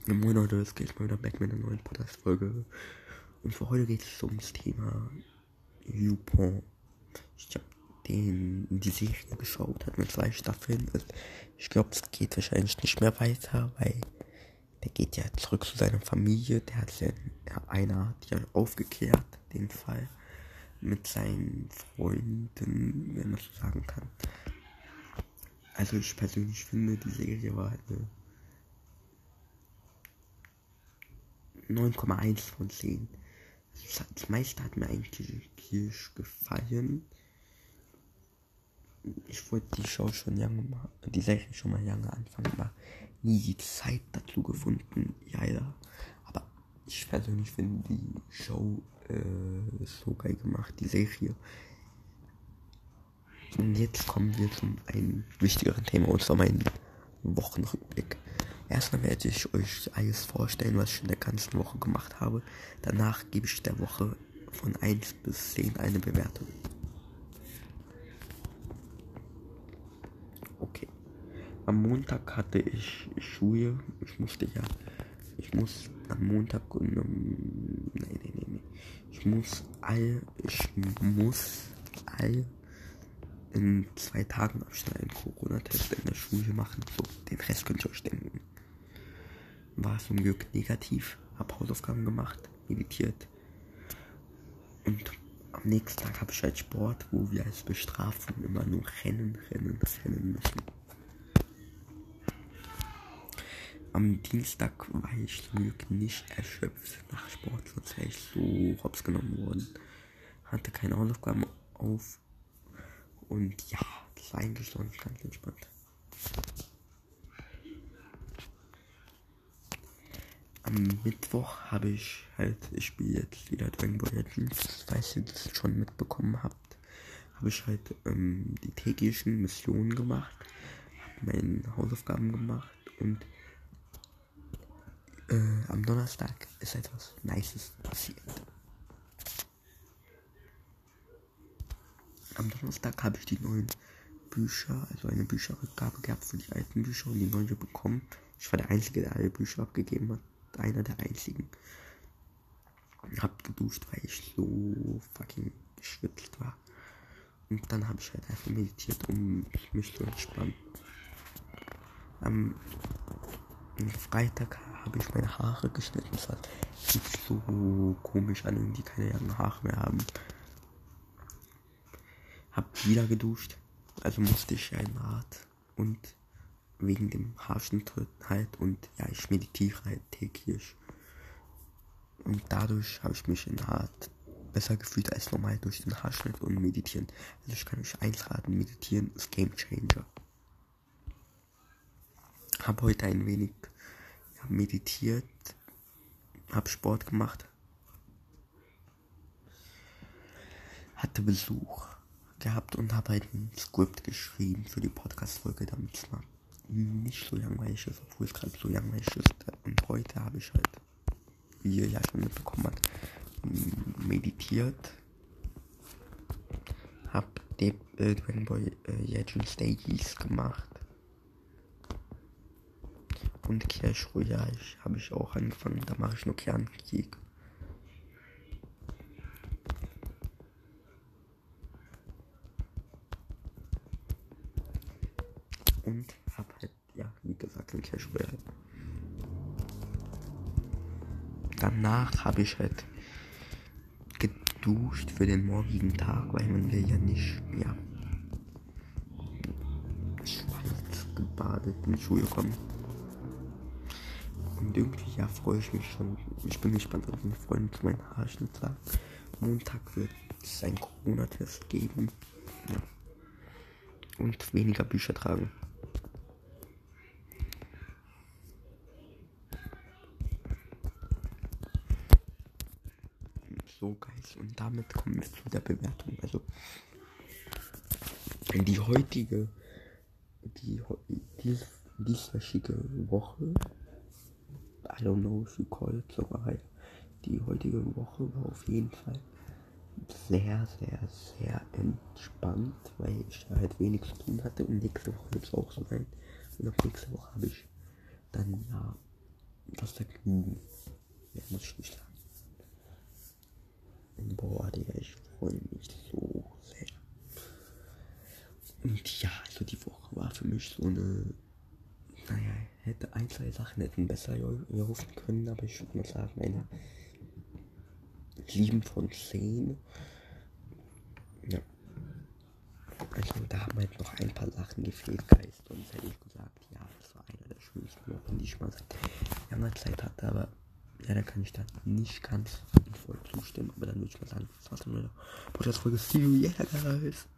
Moin Leute, es geht mal wieder back mit einer neuen Podcast-Folge. Und für heute geht es ums Thema YouPorn. Ich habe die Serie geschaut, hat mit 2 Staffeln. Ich glaube, es geht wahrscheinlich nicht mehr weiter, weil der geht ja zurück zu seiner Familie. Der hat ja, einer hat ja aufgeklärt, den Fall, mit seinen Freunden, wenn man so sagen kann. Also ich persönlich finde, die Serie war eine 9,1 von 10. Das meiste hat mir eigentlich gefallen. Ich wollte die Serie schon mal lange anfangen, aber nie die Zeit dazu gefunden, leider. Aber ich persönlich finde die Show so geil gemacht, die Serie. Und jetzt kommen wir zu einem wichtigeren Thema, und zwar meinen Wochenrückblick. Erstmal werde ich euch alles vorstellen, was ich in der ganzen Woche gemacht habe. Danach gebe ich der Woche von 1 bis 10 eine Bewertung. Okay. Am Montag hatte ich Schule. Ich muss am Montag Ich muss all in 2 Tagen Abstand einen Corona-Test in der Schule machen. So, den Rest könnt ihr euch denken. War zum Glück negativ, habe Hausaufgaben gemacht, meditiert. Und am nächsten Tag habe ich halt Sport, wo wir als Bestrafung immer nur rennen müssen. Am Dienstag war ich zum Glück nicht erschöpft nach Sport, sonst wäre ich so hops genommen worden. Hatte keine Hausaufgaben auf. Und ja, das war eigentlich sonst ganz entspannt. Am Mittwoch habe ich spiele jetzt wieder Dragon Ball Legends, falls ihr das schon mitbekommen habt, habe ich halt die täglichen Missionen gemacht, habe meine Hausaufgaben gemacht und am Donnerstag ist etwas Nices passiert. Am Donnerstag habe ich die neuen Bücher, also eine Bücherrückgabe gehabt für die alten Bücher und die neue bekommen. Ich war der Einzige, der alle Bücher abgegeben hat. Einer der einzigen. Hab geduscht, weil ich so fucking geschwitzt war. Und dann habe ich halt einfach meditiert, um mich zu entspannen. Am Freitag habe ich meine Haare geschnitten. Das sieht so komisch an, irgendwie keine langen Haare mehr haben. Hab wieder geduscht. Also musste ich ein Bad. Und wegen dem Haarschnitt halt. Und ja, ich meditiere halt täglich. Und dadurch habe ich mich in Art besser gefühlt als normal durch den Haarschnitt und meditieren. Also ich kann euch eins raten, meditieren ist Game Changer. Habe heute ein wenig meditiert, habe Sport gemacht, hatte Besuch gehabt und habe halt ein Skript geschrieben für die Podcast-Folge, damit es mal nicht so langweilig ist, obwohl es gerade so langweilig ist. Und heute habe ich halt, wie ihr ja schon mitbekommen habt, meditiert, habe Dragon Ball Legends Dailies gemacht und Clash Royale habe ich auch angefangen, da mache ich nur Kernkrieg. Und habe halt, ja, wie gesagt, in Clash Royale. Danach habe ich halt geduscht für den morgigen Tag, weil man will ja nicht mehr schwarz gebadet in die Schule kommen. Und irgendwie, ja, freue ich mich schon. Ich bin gespannt, was meine Freunde zu meinem Haarschnitt sagen. Montag wird es einen Corona-Test geben. Ja. Und weniger Bücher tragen. So geil. Und damit kommen wir zu der Bewertung. Also dieswöchige Woche, I don't know if you call it so, aber die heutige Woche war auf jeden Fall sehr, sehr, sehr entspannt, weil ich halt wenig zu tun hatte, und nächste Woche wird es auch so sein. Und ab nächste Woche habe ich dann ja das Vergnügen. Mehr muss ich nicht sagen. Boah, Digga, ich freue mich so sehr. Und ja, also die Woche war für mich so eine, naja, hätte ein, zwei Sachen hätten besser laufen können, aber ich würde mal sagen, eine 7 von 10. Ja. Also da haben halt noch ein paar Sachen gefehlt, Geist. Sonst hätte ich gesagt, ja, das war einer der schönsten Wochen, die ich mal seit langer Zeit hatte, aber ja, da kann ich dann nicht ganz voll zustimmen, aber dann würde ich mal sagen, das war's dann mit der Podcast-Folge. See you, yeah, guys.